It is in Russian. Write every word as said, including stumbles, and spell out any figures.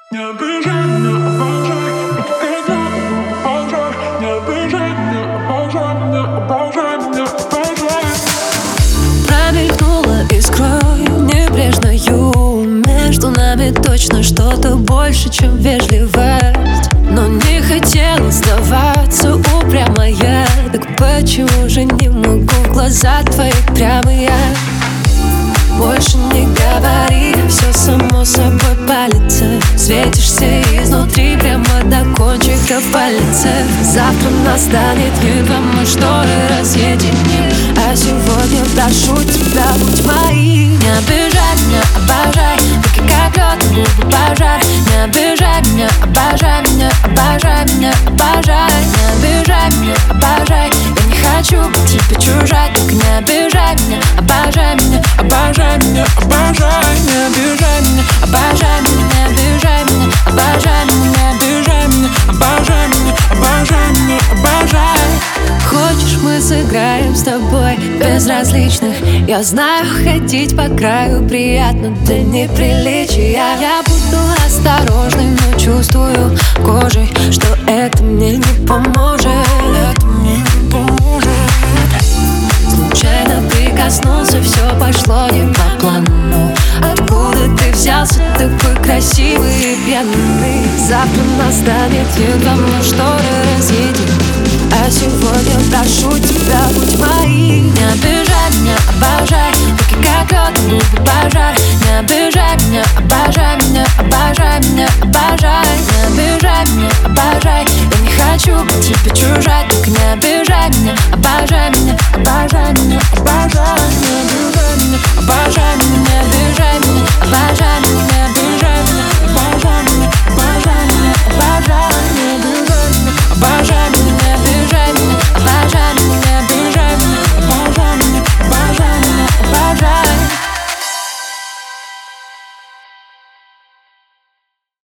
Не обижай меня, обожай, это обожай. Не обижай меня, обожай меня, обожай меня, обожай. Промелькнула искрой небрежною. Между нами точно что-то больше, чем вежливость. Но не хотела сдаваться, упрямая. Так почему же не могу в глаза твои прямые? Больше не говори, все само собой палится. Светишься изнутри прямо до кончиков пальцев. Завтра настанет небо, мы шторы разъединим. А сегодня прошу тебя, будь моим. Не обижай меня, обожай, руки как лед, губы пожар. Не обижай меня, обожай меня, обожай меня, обожай. Не обижай меня, обожай, я не хочу быть тебе чужой. Так не обижай меня, обожай меня, обожай меня, обожай. Не обижай меня, обожай меня, не обижай меня, обожай меня, не обижай меня, обожай меня, обожай меня, обожай. Хочешь, мы сыграем с тобой безразличных? Я знаю, ходить по краю приятно до неприличия. Я буду осторожной, но чувствую кожей, что это мне не поможет. Это мне не поможет. Случайно прикоснулся, все пошло не по плану. Откуда ты взялся такой красивый и пьяный? Завтра настанет, едва мы шторы разъединим. А сегодня прошу тебя, будь моим. Не обижай меня, обожай, руки как лед, губы пожар. Не обижай меня, обожай меня, обожай.